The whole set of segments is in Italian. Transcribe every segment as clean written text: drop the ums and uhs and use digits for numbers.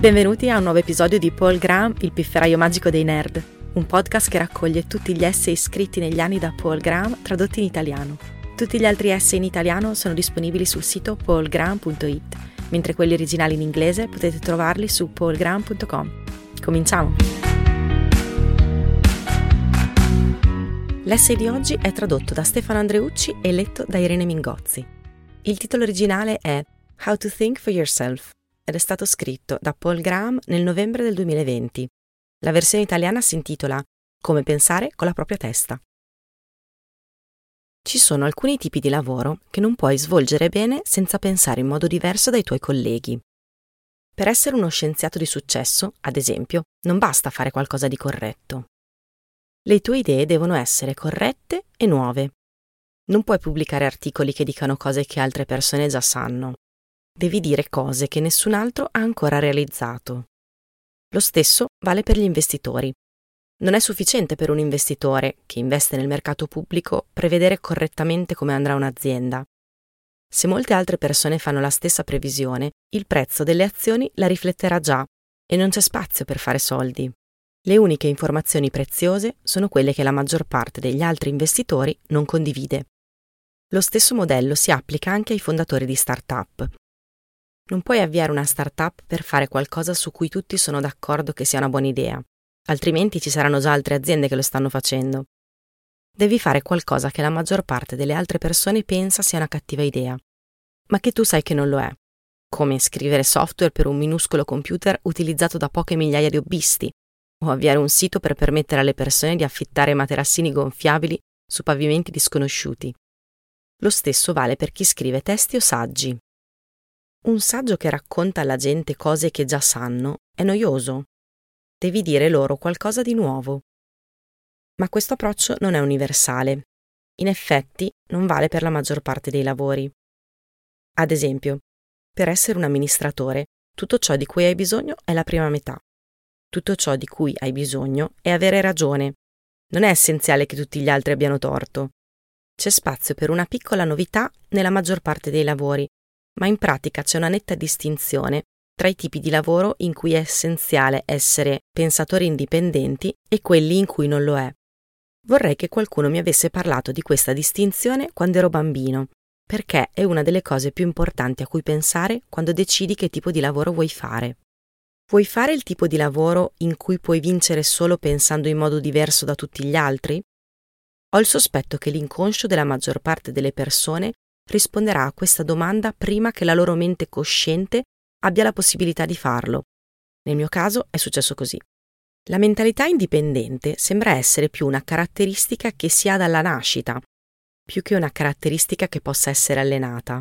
Benvenuti a un nuovo episodio di Paul Graham, il pifferaio magico dei nerd, un podcast che raccoglie tutti gli essay scritti negli anni da Paul Graham tradotti in italiano. Tutti gli altri essay in italiano sono disponibili sul sito paulgraham.it, mentre quelli originali in inglese potete trovarli su paulgraham.com. Cominciamo! L'essay di oggi è tradotto da Stefano Andreucci e letto da Irene Mingozzi. Il titolo originale è How to Think for Yourself ed è stato scritto da Paul Graham nel novembre del 2020. La versione italiana si intitola Come pensare con la propria testa. Ci sono alcuni tipi di lavoro che non puoi svolgere bene senza pensare in modo diverso dai tuoi colleghi. Per essere uno scienziato di successo, ad esempio, non basta fare qualcosa di corretto. Le tue idee devono essere corrette e nuove. Non puoi pubblicare articoli che dicano cose che altre persone già sanno. Devi dire cose che nessun altro ha ancora realizzato. Lo stesso vale per gli investitori. Non è sufficiente per un investitore che investe nel mercato pubblico prevedere correttamente come andrà un'azienda. Se molte altre persone fanno la stessa previsione, il prezzo delle azioni la rifletterà già e non c'è spazio per fare soldi. Le uniche informazioni preziose sono quelle che la maggior parte degli altri investitori non condivide. Lo stesso modello si applica anche ai fondatori di start-up. Non puoi avviare una start-up per fare qualcosa su cui tutti sono d'accordo che sia una buona idea, altrimenti ci saranno già altre aziende che lo stanno facendo. Devi fare qualcosa che la maggior parte delle altre persone pensa sia una cattiva idea, ma che tu sai che non lo è, come scrivere software per un minuscolo computer utilizzato da poche migliaia di hobbisti, o avviare un sito per permettere alle persone di affittare materassini gonfiabili su pavimenti disconosciuti. Lo stesso vale per chi scrive testi o saggi. Un saggio che racconta alla gente cose che già sanno è noioso. Devi dire loro qualcosa di nuovo. Ma questo approccio non è universale. In effetti, non vale per la maggior parte dei lavori. Ad esempio, per essere un amministratore, tutto ciò di cui hai bisogno è la prima metà. Tutto ciò di cui hai bisogno è avere ragione. Non è essenziale che tutti gli altri abbiano torto. C'è spazio per una piccola novità nella maggior parte dei lavori, ma in pratica c'è una netta distinzione tra i tipi di lavoro in cui è essenziale essere pensatori indipendenti e quelli in cui non lo è. Vorrei che qualcuno mi avesse parlato di questa distinzione quando ero bambino, perché è una delle cose più importanti a cui pensare quando decidi che tipo di lavoro vuoi fare. Vuoi fare il tipo di lavoro in cui puoi vincere solo pensando in modo diverso da tutti gli altri? Ho il sospetto che l'inconscio della maggior parte delle persone risponderà a questa domanda prima che la loro mente cosciente abbia la possibilità di farlo. Nel mio caso è successo così. La mentalità indipendente sembra essere più una caratteristica che si ha dalla nascita, più che una caratteristica che possa essere allenata.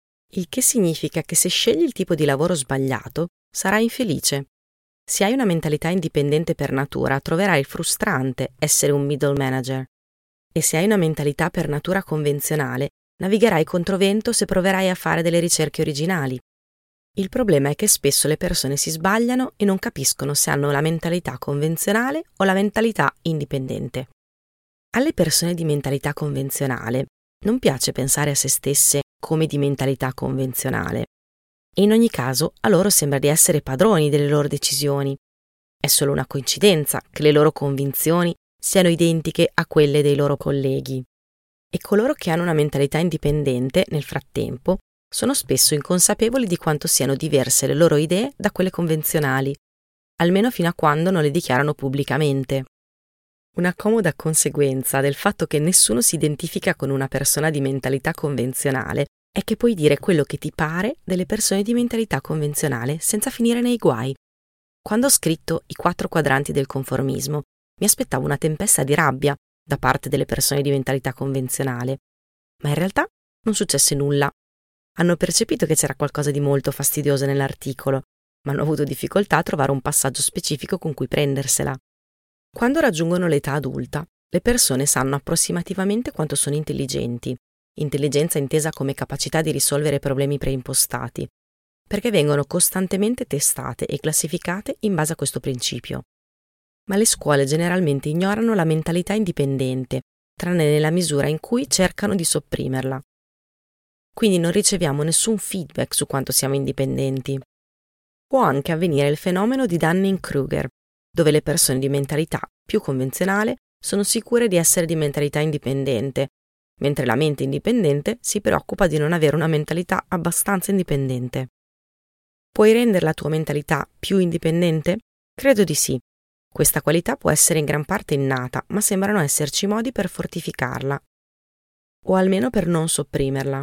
Il che significa che se scegli il tipo di lavoro sbagliato, sarai infelice. Se hai una mentalità indipendente per natura, troverai frustrante essere un middle manager. E se hai una mentalità per natura convenzionale, navigherai controvento se proverai a fare delle ricerche originali. Il problema è che spesso le persone si sbagliano e non capiscono se hanno la mentalità convenzionale o la mentalità indipendente. Alle persone di mentalità convenzionale non piace pensare a se stesse come di mentalità convenzionale. E in ogni caso a loro sembra di essere padroni delle loro decisioni. È solo una coincidenza che le loro convinzioni siano identiche a quelle dei loro colleghi. E coloro che hanno una mentalità indipendente, nel frattempo, sono spesso inconsapevoli di quanto siano diverse le loro idee da quelle convenzionali, almeno fino a quando non le dichiarano pubblicamente. Una comoda conseguenza del fatto che nessuno si identifica con una persona di mentalità convenzionale è che puoi dire quello che ti pare delle persone di mentalità convenzionale senza finire nei guai. Quando ho scritto I 4 quadranti del conformismo, mi aspettavo una tempesta di rabbia da parte delle persone di mentalità convenzionale, ma in realtà non successe nulla. Hanno percepito che c'era qualcosa di molto fastidioso nell'articolo, ma hanno avuto difficoltà a trovare un passaggio specifico con cui prendersela. Quando raggiungono l'età adulta, le persone sanno approssimativamente quanto sono intelligenti, intelligenza intesa come capacità di risolvere problemi preimpostati, perché vengono costantemente testate e classificate in base a questo principio. Ma le scuole generalmente ignorano la mentalità indipendente, tranne nella misura in cui cercano di sopprimerla. Quindi non riceviamo nessun feedback su quanto siamo indipendenti. Può anche avvenire il fenomeno di Dunning-Kruger, dove le persone di mentalità più convenzionale sono sicure di essere di mentalità indipendente, mentre la mente indipendente si preoccupa di non avere una mentalità abbastanza indipendente. Puoi rendere la tua mentalità più indipendente? Credo di sì. Questa qualità può essere in gran parte innata, ma sembrano esserci modi per fortificarla, o almeno per non sopprimerla.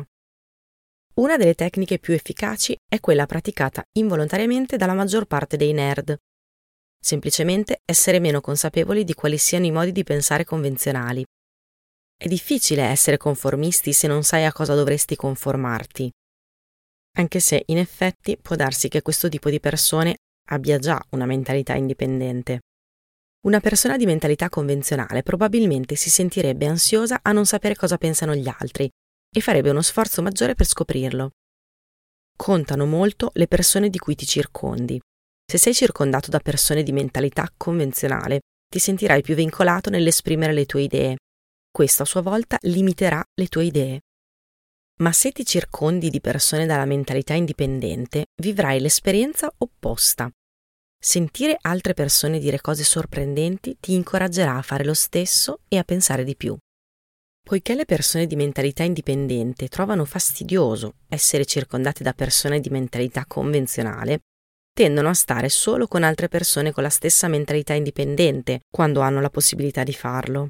Una delle tecniche più efficaci è quella praticata involontariamente dalla maggior parte dei nerd. Semplicemente essere meno consapevoli di quali siano i modi di pensare convenzionali. È difficile essere conformisti se non sai a cosa dovresti conformarti, anche se in effetti può darsi che questo tipo di persone abbia già una mentalità indipendente. Una persona di mentalità convenzionale probabilmente si sentirebbe ansiosa a non sapere cosa pensano gli altri e farebbe uno sforzo maggiore per scoprirlo. Contano molto le persone di cui ti circondi. Se sei circondato da persone di mentalità convenzionale, ti sentirai più vincolato nell'esprimere le tue idee. Questo a sua volta limiterà le tue idee. Ma se ti circondi di persone dalla mentalità indipendente, vivrai l'esperienza opposta. Sentire altre persone dire cose sorprendenti ti incoraggerà a fare lo stesso e a pensare di più. Poiché le persone di mentalità indipendente trovano fastidioso essere circondate da persone di mentalità convenzionale, tendono a stare solo con altre persone con la stessa mentalità indipendente quando hanno la possibilità di farlo.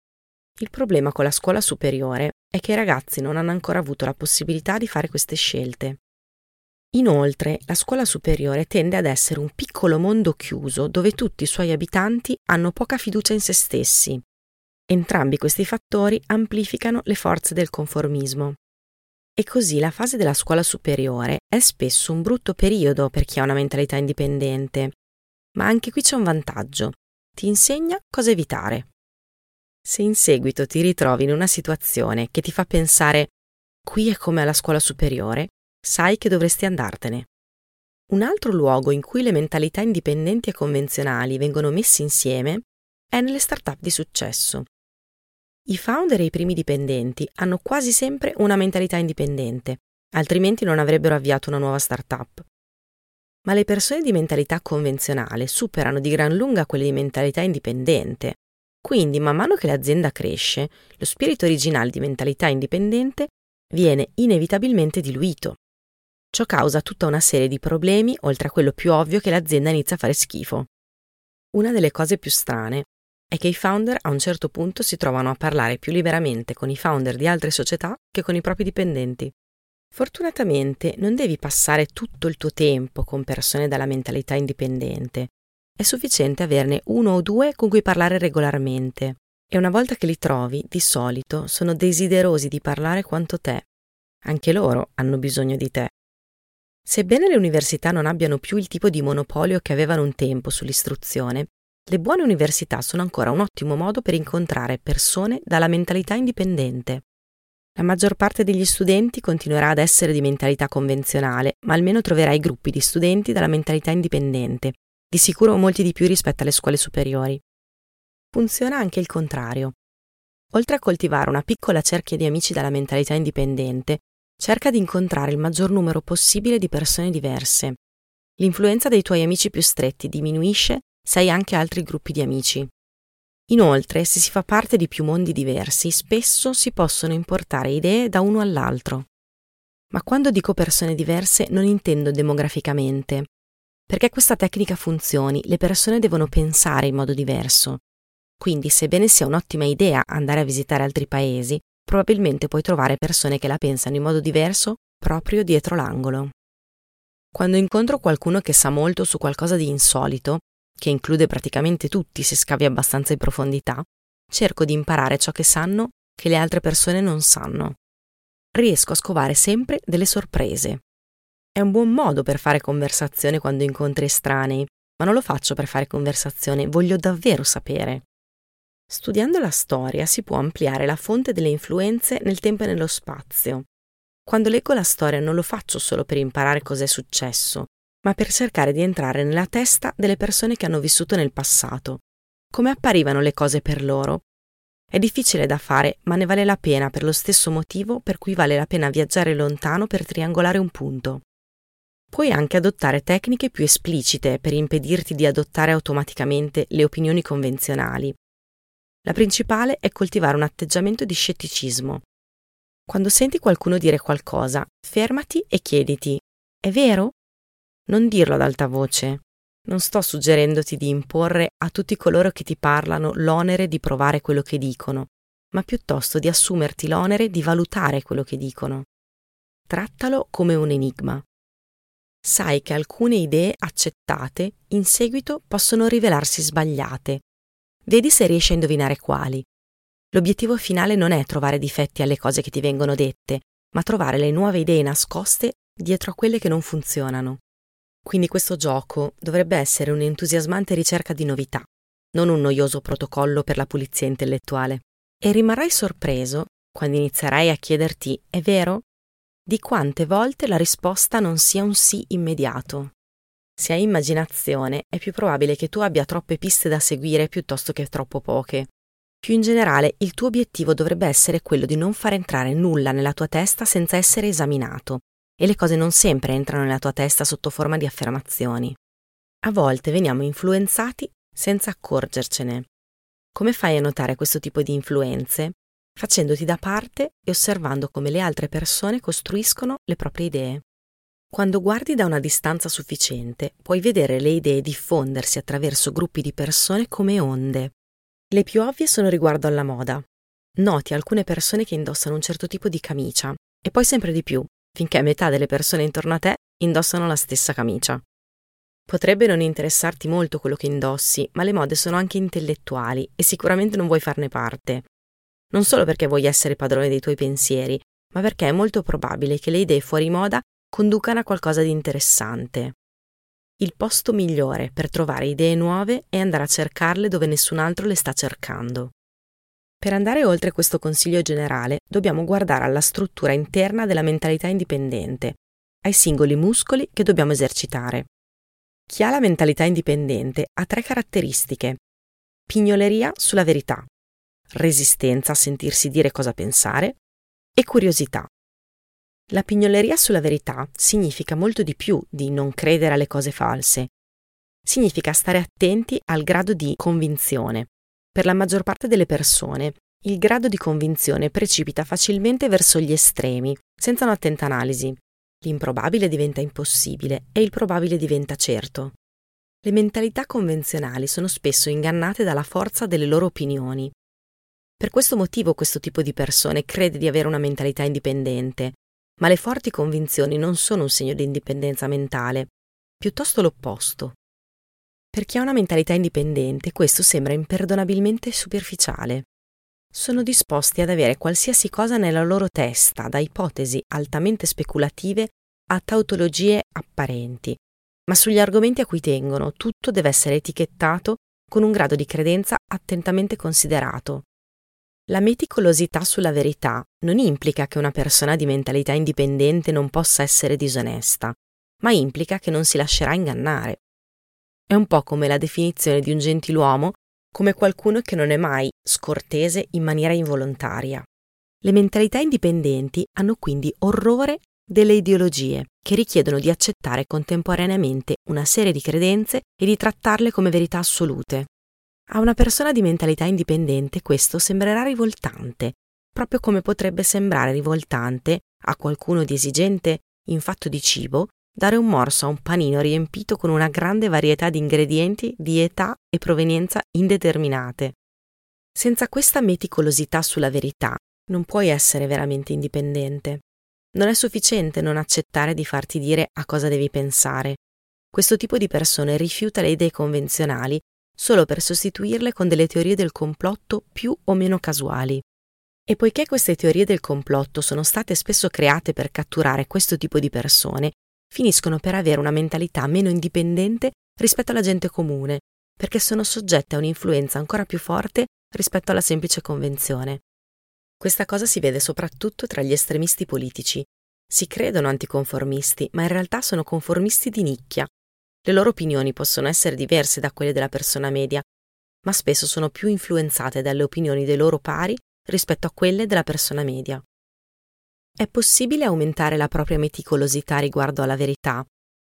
Il problema con la scuola superiore è che i ragazzi non hanno ancora avuto la possibilità di fare queste scelte. Inoltre, la scuola superiore tende ad essere un piccolo mondo chiuso dove tutti i suoi abitanti hanno poca fiducia in se stessi. Entrambi questi fattori amplificano le forze del conformismo. E così la fase della scuola superiore è spesso un brutto periodo per chi ha una mentalità indipendente. Ma anche qui c'è un vantaggio. Ti insegna cosa evitare. Se in seguito ti ritrovi in una situazione che ti fa pensare «qui è come alla scuola superiore», sai che dovresti andartene. Un altro luogo in cui le mentalità indipendenti e convenzionali vengono messe insieme è nelle start-up di successo. I founder e i primi dipendenti hanno quasi sempre una mentalità indipendente, altrimenti non avrebbero avviato una nuova start-up. Ma le persone di mentalità convenzionale superano di gran lunga quelle di mentalità indipendente. Quindi, man mano che l'azienda cresce, lo spirito originale di mentalità indipendente viene inevitabilmente diluito. Ciò causa tutta una serie di problemi, oltre a quello più ovvio che l'azienda inizia a fare schifo. Una delle cose più strane è che i founder a un certo punto si trovano a parlare più liberamente con i founder di altre società che con i propri dipendenti. Fortunatamente non devi passare tutto il tuo tempo con persone dalla mentalità indipendente. È sufficiente averne uno o due con cui parlare regolarmente. E una volta che li trovi, di solito sono desiderosi di parlare quanto te. Anche loro hanno bisogno di te. Sebbene le università non abbiano più il tipo di monopolio che avevano un tempo sull'istruzione, le buone università sono ancora un ottimo modo per incontrare persone dalla mentalità indipendente. La maggior parte degli studenti continuerà ad essere di mentalità convenzionale, ma almeno troverai gruppi di studenti dalla mentalità indipendente, di sicuro molti di più rispetto alle scuole superiori. Funziona anche il contrario. Oltre a coltivare una piccola cerchia di amici dalla mentalità indipendente, cerca di incontrare il maggior numero possibile di persone diverse. L'influenza dei tuoi amici più stretti diminuisce se hai anche altri gruppi di amici. Inoltre, se si fa parte di più mondi diversi, spesso si possono importare idee da uno all'altro. Ma quando dico persone diverse non intendo demograficamente. Perché questa tecnica funzioni, le persone devono pensare in modo diverso. Quindi, sebbene sia un'ottima idea andare a visitare altri paesi, probabilmente puoi trovare persone che la pensano in modo diverso proprio dietro l'angolo. Quando incontro qualcuno che sa molto su qualcosa di insolito, che include praticamente tutti se scavi abbastanza in profondità, cerco di imparare ciò che sanno che le altre persone non sanno. Riesco a scovare sempre delle sorprese. È un buon modo per fare conversazione quando incontri estranei, ma non lo faccio per fare conversazione, voglio davvero sapere. Studiando la storia si può ampliare la fonte delle influenze nel tempo e nello spazio. Quando leggo la storia non lo faccio solo per imparare cos'è successo, ma per cercare di entrare nella testa delle persone che hanno vissuto nel passato. Come apparivano le cose per loro? È difficile da fare, ma ne vale la pena per lo stesso motivo per cui vale la pena viaggiare lontano per triangolare un punto. Puoi anche adottare tecniche più esplicite per impedirti di adottare automaticamente le opinioni convenzionali. La principale è coltivare un atteggiamento di scetticismo. Quando senti qualcuno dire qualcosa, fermati e chiediti: è vero? Non dirlo ad alta voce. Non sto suggerendoti di imporre a tutti coloro che ti parlano l'onere di provare quello che dicono, ma piuttosto di assumerti l'onere di valutare quello che dicono. Trattalo come un enigma. Sai che alcune idee accettate in seguito possono rivelarsi sbagliate. Vedi se riesci a indovinare quali. L'obiettivo finale non è trovare difetti alle cose che ti vengono dette, ma trovare le nuove idee nascoste dietro a quelle che non funzionano. Quindi questo gioco dovrebbe essere un'entusiasmante ricerca di novità, non un noioso protocollo per la pulizia intellettuale. E rimarrai sorpreso, quando inizierai a chiederti: è vero? Di quante volte la risposta non sia un sì immediato. Se hai immaginazione, è più probabile che tu abbia troppe piste da seguire piuttosto che troppo poche. Più in generale, il tuo obiettivo dovrebbe essere quello di non far entrare nulla nella tua testa senza essere esaminato, e le cose non sempre entrano nella tua testa sotto forma di affermazioni. A volte veniamo influenzati senza accorgercene. Come fai a notare questo tipo di influenze? Facendoti da parte e osservando come le altre persone costruiscono le proprie idee. Quando guardi da una distanza sufficiente, puoi vedere le idee diffondersi attraverso gruppi di persone come onde. Le più ovvie sono riguardo alla moda. Noti alcune persone che indossano un certo tipo di camicia, e poi sempre di più, finché metà delle persone intorno a te indossano la stessa camicia. Potrebbe non interessarti molto quello che indossi, ma le mode sono anche intellettuali e sicuramente non vuoi farne parte. Non solo perché vuoi essere padrone dei tuoi pensieri, ma perché è molto probabile che le idee fuori moda conducano a qualcosa di interessante. Il posto migliore per trovare idee nuove è andare a cercarle dove nessun altro le sta cercando. Per andare oltre questo consiglio generale, dobbiamo guardare alla struttura interna della mentalità indipendente, ai singoli muscoli che dobbiamo esercitare. Chi ha la mentalità indipendente ha 3 caratteristiche: pignoleria sulla verità, resistenza a sentirsi dire cosa pensare e curiosità. La pignoleria sulla verità significa molto di più di non credere alle cose false. Significa stare attenti al grado di convinzione. Per la maggior parte delle persone, il grado di convinzione precipita facilmente verso gli estremi, senza un'attenta analisi. L'improbabile diventa impossibile e il probabile diventa certo. Le mentalità convenzionali sono spesso ingannate dalla forza delle loro opinioni. Per questo motivo questo tipo di persone crede di avere una mentalità indipendente, ma le forti convinzioni non sono un segno di indipendenza mentale, piuttosto l'opposto. Per chi ha una mentalità indipendente, questo sembra imperdonabilmente superficiale. Sono disposti ad avere qualsiasi cosa nella loro testa, da ipotesi altamente speculative a tautologie apparenti, ma sugli argomenti a cui tengono tutto deve essere etichettato con un grado di credenza attentamente considerato. La meticolosità sulla verità non implica che una persona di mentalità indipendente non possa essere disonesta, ma implica che non si lascerà ingannare. È un po' come la definizione di un gentiluomo come qualcuno che non è mai scortese in maniera involontaria. Le mentalità indipendenti hanno quindi orrore delle ideologie che richiedono di accettare contemporaneamente una serie di credenze e di trattarle come verità assolute. A una persona di mentalità indipendente questo sembrerà rivoltante, proprio come potrebbe sembrare rivoltante a qualcuno di esigente in fatto di cibo dare un morso a un panino riempito con una grande varietà di ingredienti di età e provenienza indeterminate. Senza questa meticolosità sulla verità non puoi essere veramente indipendente. Non è sufficiente non accettare di farti dire a cosa devi pensare. Questo tipo di persone rifiuta le idee convenzionali solo per sostituirle con delle teorie del complotto più o meno casuali. E poiché queste teorie del complotto sono state spesso create per catturare questo tipo di persone, finiscono per avere una mentalità meno indipendente rispetto alla gente comune, perché sono soggette a un'influenza ancora più forte rispetto alla semplice convenzione. Questa cosa si vede soprattutto tra gli estremisti politici. Si credono anticonformisti, ma in realtà sono conformisti di nicchia. Le loro opinioni possono essere diverse da quelle della persona media, ma spesso sono più influenzate dalle opinioni dei loro pari rispetto a quelle della persona media. È possibile aumentare la propria meticolosità riguardo alla verità,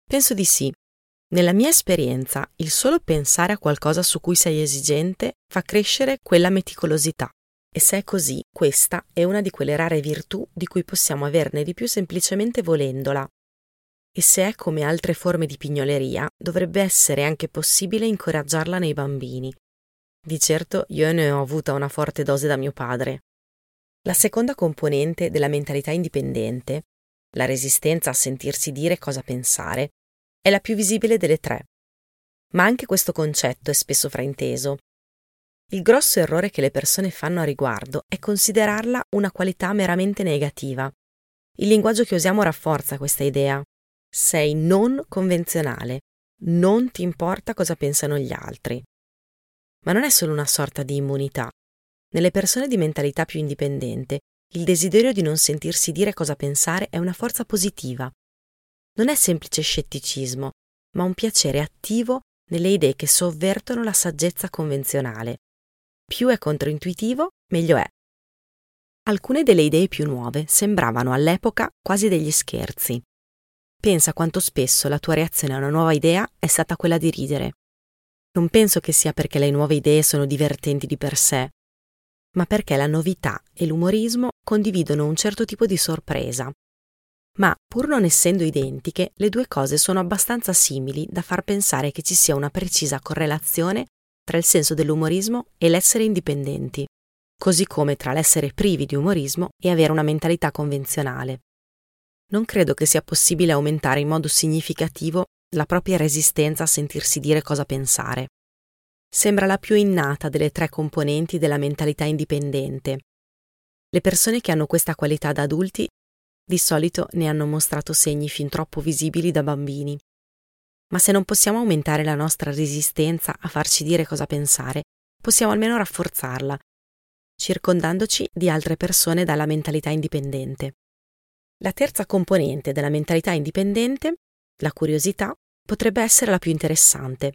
Penso di sì. Nella mia esperienza, il solo pensare a qualcosa su cui sei esigente fa crescere quella meticolosità. E se è così, questa è una di quelle rare virtù di cui possiamo averne di più semplicemente volendola. E se è come altre forme di pignoleria, dovrebbe essere anche possibile incoraggiarla nei bambini. Di certo io ne ho avuta una forte dose da mio padre. La seconda componente della mentalità indipendente, la resistenza a sentirsi dire cosa pensare, è la più visibile delle tre. Ma anche questo concetto è spesso frainteso. Il grosso errore che le persone fanno a riguardo è considerarla una qualità meramente negativa. Il linguaggio che usiamo rafforza questa idea. Sei non convenzionale, non ti importa cosa pensano gli altri. Ma non è solo una sorta di immunità. Nelle persone di mentalità più indipendente, il desiderio di non sentirsi dire cosa pensare è una forza positiva. Non è semplice scetticismo, ma un piacere attivo nelle idee che sovvertono la saggezza convenzionale. Più è controintuitivo, meglio è. Alcune delle idee più nuove sembravano all'epoca quasi degli scherzi. Pensa quanto spesso la tua reazione a una nuova idea è stata quella di ridere. Non penso che sia perché le nuove idee sono divertenti di per sé, ma perché la novità e l'umorismo condividono un certo tipo di sorpresa. Ma, pur non essendo identiche, le due cose sono abbastanza simili da far pensare che ci sia una precisa correlazione tra il senso dell'umorismo e l'essere indipendenti, così come tra l'essere privi di umorismo e avere una mentalità convenzionale. Non credo che sia possibile aumentare in modo significativo la propria resistenza a sentirsi dire cosa pensare. Sembra la più innata delle tre componenti della mentalità indipendente. Le persone che hanno questa qualità da adulti di solito ne hanno mostrato segni fin troppo visibili da bambini. Ma se non possiamo aumentare la nostra resistenza a farci dire cosa pensare, possiamo almeno rafforzarla, circondandoci di altre persone dalla mentalità indipendente. La terza componente della mentalità indipendente, la curiosità, potrebbe essere la più interessante.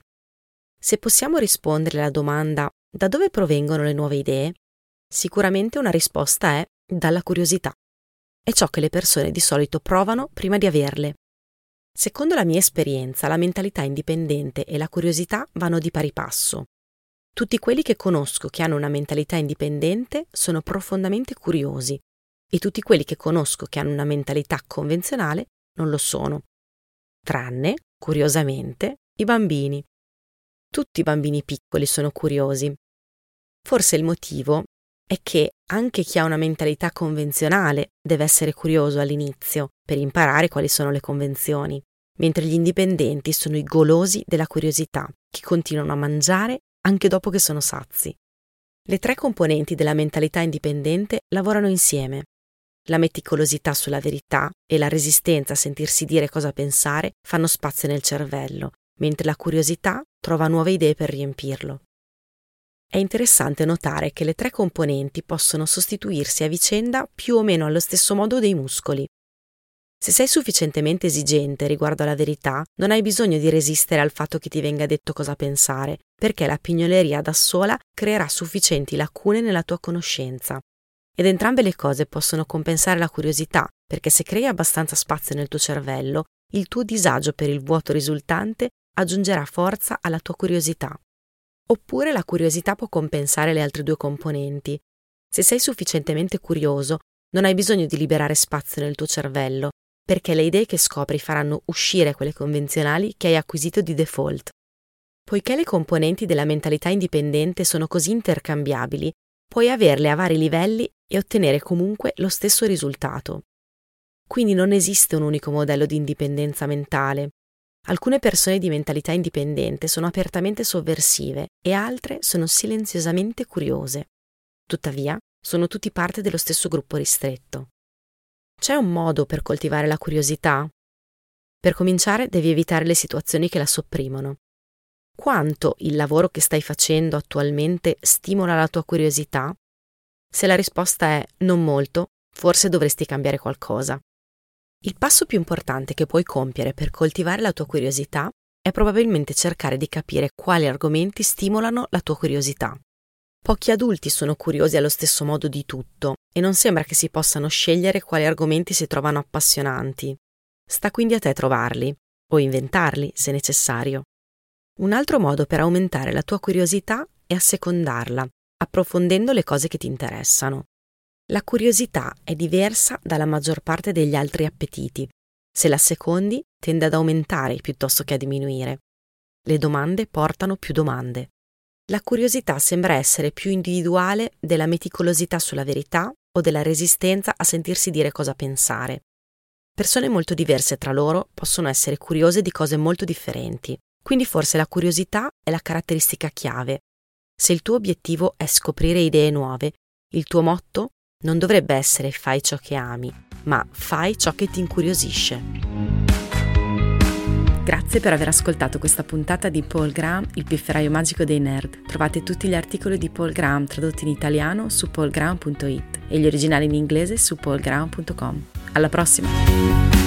Se possiamo rispondere alla domanda da dove provengono le nuove idee, sicuramente una risposta è dalla curiosità. È ciò che le persone di solito provano prima di averle. Secondo la mia esperienza, la mentalità indipendente e la curiosità vanno di pari passo. Tutti quelli che conosco che hanno una mentalità indipendente sono profondamente curiosi e tutti quelli che conosco che hanno una mentalità convenzionale non lo sono. Tranne, curiosamente, i bambini. Tutti i bambini piccoli sono curiosi. Forse il motivo è che anche chi ha una mentalità convenzionale deve essere curioso all'inizio per imparare quali sono le convenzioni, mentre gli indipendenti sono i golosi della curiosità, che continuano a mangiare anche dopo che sono sazi. Le tre componenti della mentalità indipendente lavorano insieme. La meticolosità sulla verità e la resistenza a sentirsi dire cosa pensare fanno spazio nel cervello, mentre la curiosità trova nuove idee per riempirlo. È interessante notare che le tre componenti possono sostituirsi a vicenda più o meno allo stesso modo dei muscoli. Se sei sufficientemente esigente riguardo alla verità, non hai bisogno di resistere al fatto che ti venga detto cosa pensare, perché la pignoleria da sola creerà sufficienti lacune nella tua conoscenza. Ed entrambe le cose possono compensare la curiosità, perché se crei abbastanza spazio nel tuo cervello, il tuo disagio per il vuoto risultante aggiungerà forza alla tua curiosità. Oppure la curiosità può compensare le altre due componenti. Se sei sufficientemente curioso, non hai bisogno di liberare spazio nel tuo cervello, perché le idee che scopri faranno uscire quelle convenzionali che hai acquisito di default. Poiché le componenti della mentalità indipendente sono così intercambiabili, puoi averle a vari livelli e ottenere comunque lo stesso risultato. Quindi non esiste un unico modello di indipendenza mentale. Alcune persone di mentalità indipendente sono apertamente sovversive e altre sono silenziosamente curiose. Tuttavia, sono tutti parte dello stesso gruppo ristretto. C'è un modo per coltivare la curiosità? Per cominciare, devi evitare le situazioni che la sopprimono. Quanto il lavoro che stai facendo attualmente stimola la tua curiosità? Se la risposta è non molto, forse dovresti cambiare qualcosa. Il passo più importante che puoi compiere per coltivare la tua curiosità è probabilmente cercare di capire quali argomenti stimolano la tua curiosità. Pochi adulti sono curiosi allo stesso modo di tutto e non sembra che si possano scegliere quali argomenti si trovano appassionanti. Sta quindi a te trovarli. o inventarli se necessario. Un altro modo per aumentare la tua curiosità è assecondarla, approfondendo le cose che ti interessano. La curiosità è diversa dalla maggior parte degli altri appetiti. Se la assecondi, tende ad aumentare piuttosto che a diminuire. Le domande portano più domande. La curiosità sembra essere più individuale della meticolosità sulla verità o della resistenza a sentirsi dire cosa pensare. Persone molto diverse tra loro possono essere curiose di cose molto differenti, quindi forse la curiosità è la caratteristica chiave. Se il tuo obiettivo è scoprire idee nuove, il tuo motto non dovrebbe essere fai ciò che ami, ma fai ciò che ti incuriosisce. Grazie per aver ascoltato questa puntata di Paul Graham, il pifferaio magico dei nerd. Trovate tutti gli articoli di Paul Graham tradotti in italiano su paulgraham.it e gli originali in inglese su paulgraham.com. Alla prossima!